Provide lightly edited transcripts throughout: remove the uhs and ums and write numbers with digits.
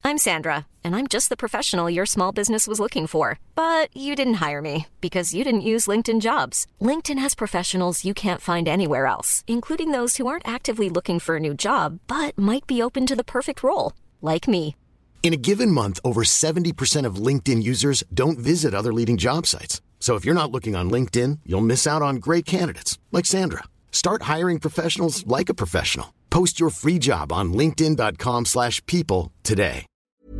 I'm Sandra, and I'm just the professional your small business was looking for. But you didn't hire me because you didn't use LinkedIn Jobs. LinkedIn has professionals you can't find anywhere else, including those who aren't actively looking for a new job, but might be open to the perfect role, like me. In a given month, over 70% of LinkedIn users don't visit other leading job sites. So if you're not looking on LinkedIn, you'll miss out on great candidates like Sandra. Start hiring professionals like a professional. Post your free job on linkedin.com/people today.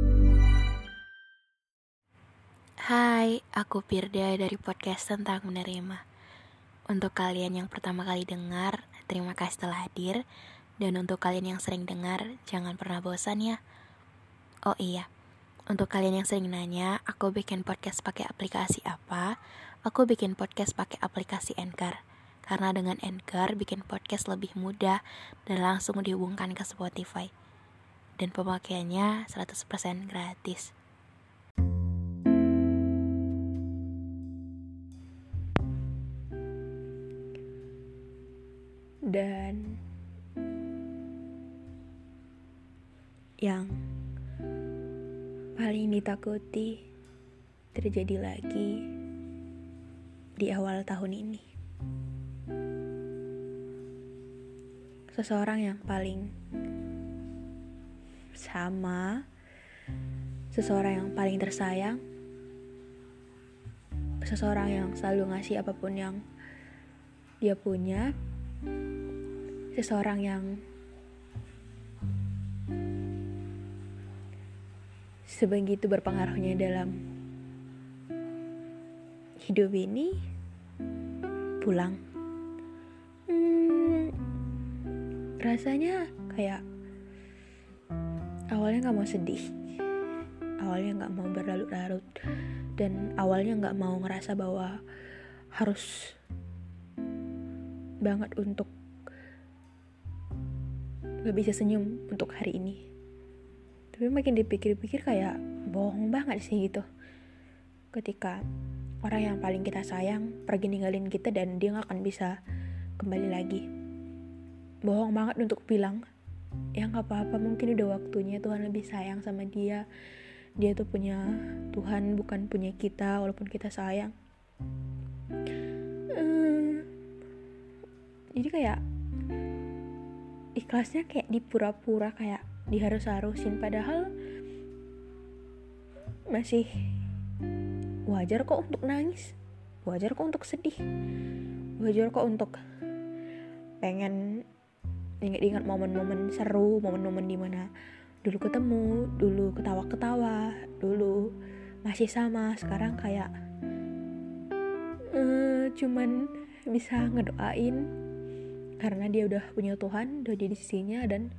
Hai, aku Firda dari podcast tentang menerima. Untuk kalian yang pertama kali dengar, terima kasih telah hadir. Dan untuk kalian yang sering dengar, jangan pernah bosan ya. Oh iya, untuk kalian yang sering nanya, aku bikin podcast pakai aplikasi apa? Aku bikin podcast pakai aplikasi Anchor. Karena dengan Anchor bikin podcast lebih mudah dan langsung dihubungkan ke Spotify. Dan pemakaiannya 100% gratis. Dan yang paling ditakuti terjadi lagi di awal tahun ini. Seseorang yang paling sama, seseorang yang paling tersayang, seseorang yang selalu ngasih apapun yang dia punya, seseorang yang sebegitu berpengaruhnya dalam hidup ini, pulang. Rasanya kayak awalnya gak mau sedih, awalnya gak mau berlarut-larut, dan awalnya gak mau ngerasa bahwa harus banget untuk gak bisa senyum untuk hari ini. Tapi makin dipikir-pikir kayak bohong banget sih gitu. Ketika orang yang paling kita sayang pergi ninggalin kita dan dia gak akan bisa kembali lagi. Bohong banget untuk bilang, ya gak apa-apa, mungkin udah waktunya Tuhan lebih sayang sama dia. Dia tuh punya Tuhan, bukan punya kita, walaupun kita sayang. Jadi kayak ikhlasnya kayak dipura-pura, kayak diharus-harusin, padahal masih wajar kok untuk nangis, wajar kok untuk sedih, wajar kok untuk pengen ingat-ingat momen-momen seru, momen-momen dimana dulu ketemu, dulu ketawa-ketawa, dulu masih sama. Sekarang kayak cuman bisa ngedoain karena dia udah punya Tuhan, udah di sisinya, dan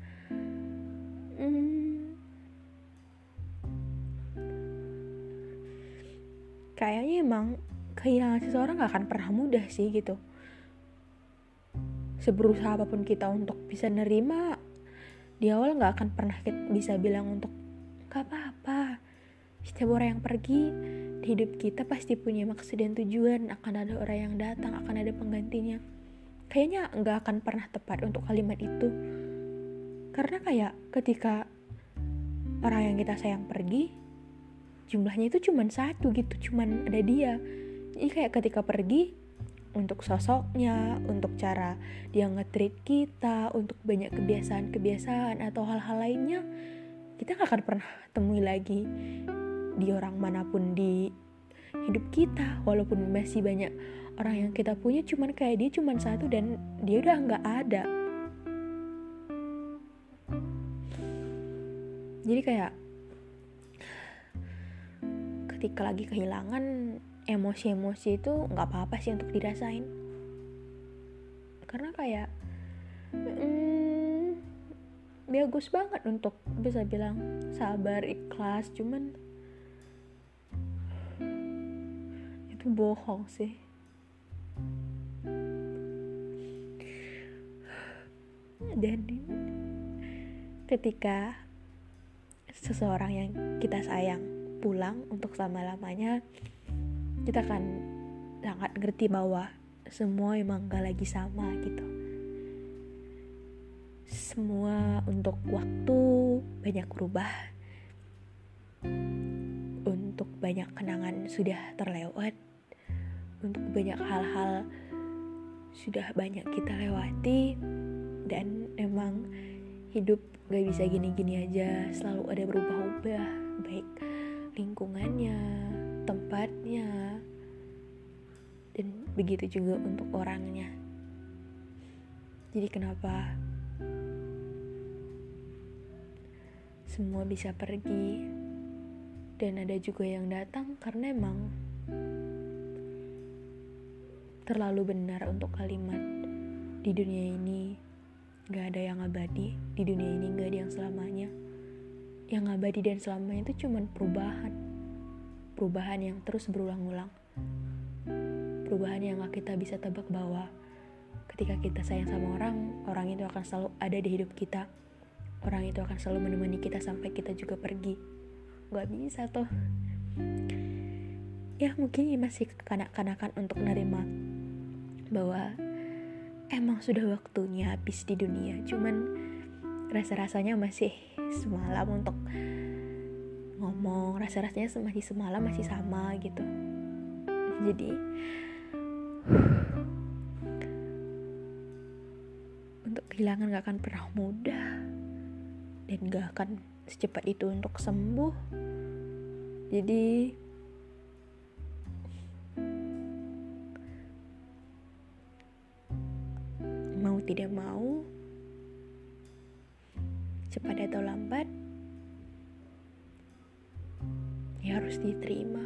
kayaknya emang kehilangan seseorang gak akan pernah mudah sih gitu. Seberusaha apapun kita untuk bisa nerima, di awal gak akan pernah bisa bilang untuk gak apa-apa. Setiap orang yang pergi di hidup kita pasti punya maksud dan tujuan. Akan ada orang yang datang, akan ada penggantinya. Kayaknya gak akan pernah tepat untuk kalimat itu. Karena kayak ketika orang yang kita sayang pergi, jumlahnya itu cuma satu gitu, cuman ada dia. Jadi kayak ketika pergi, untuk sosoknya, untuk cara dia nge-treat kita, untuk banyak kebiasaan-kebiasaan atau hal-hal lainnya, kita gak akan pernah temui lagi di orang manapun di hidup kita. Walaupun masih banyak orang yang kita punya, cuman kayak dia cuman satu dan dia udah gak ada. Jadi kayak ketika lagi kehilangan, emosi-emosi itu gak apa-apa sih untuk dirasain. Karena kayak bagus banget untuk bisa bilang sabar, ikhlas. Cuman itu bohong sih. Dan ketika seseorang yang kita sayang pulang untuk selama-lamanya, kita akan sangat ngerti bahwa semua emang gak lagi sama gitu. Semua untuk waktu banyak berubah, banyak kenangan sudah terlewat, untuk banyak hal-hal sudah banyak kita lewati, dan emang hidup gak bisa gini-gini aja, selalu ada berubah-ubah, baik lingkungannya, tempatnya, dan begitu juga untuk orangnya. Jadi kenapa semua bisa pergi dan ada juga yang datang, karena emang terlalu benar untuk kalimat di dunia ini gak ada yang abadi, di dunia ini gak ada yang selamanya. Yang abadi dan selamanya itu cuman perubahan yang terus berulang-ulang, perubahan yang gak kita bisa tebak bahwa ketika kita sayang sama orang itu akan selalu ada di hidup kita, orang itu akan selalu menemani kita sampai kita juga pergi. Gak bisa tuh. Ya mungkin ini masih kekanak-kanakan untuk nerima bahwa emang sudah waktunya habis di dunia, cuman rasa-rasanya masih semalam untuk ngomong, rasa-rasanya masih semalam, masih sama gitu. Jadi untuk kehilangan gak akan pernah mudah dan gak akan secepat itu untuk sembuh. Jadi mau tidak mau, cepat atau lambat, ya harus diterima.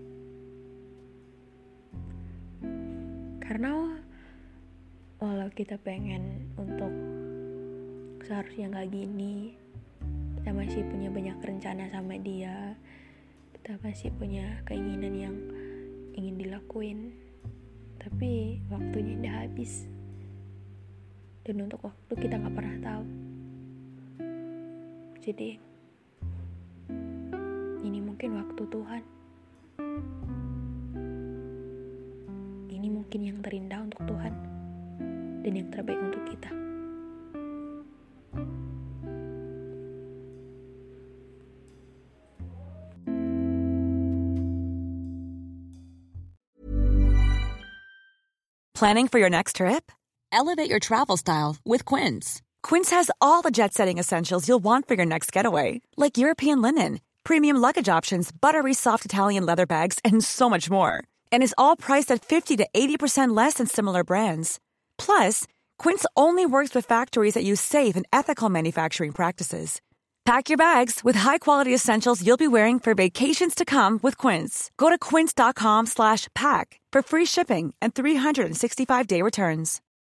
Karena walau kita pengen untuk seharusnya gak gini, kita masih punya banyak rencana sama dia, kita masih punya keinginan yang ingin dilakuin, tapi waktunya udah habis. Dan untuk waktu kita gak pernah tahu. Jadi ini mungkin waktu Tuhan, ini mungkin yang terindah untuk Tuhan dan yang terbaik untuk kita. Planning for your next trip? Elevate your travel style with Quince. Quince has all the jet-setting essentials you'll want for your next getaway, like European linen, premium luggage options, buttery soft Italian leather bags, and so much more. And is all priced at 50 to 80% less than similar brands. Plus, Quince only works with factories that use safe and ethical manufacturing practices. Pack your bags with high-quality essentials you'll be wearing for vacations to come with Quince. Go to quince.com/pack for free shipping and 365-day returns.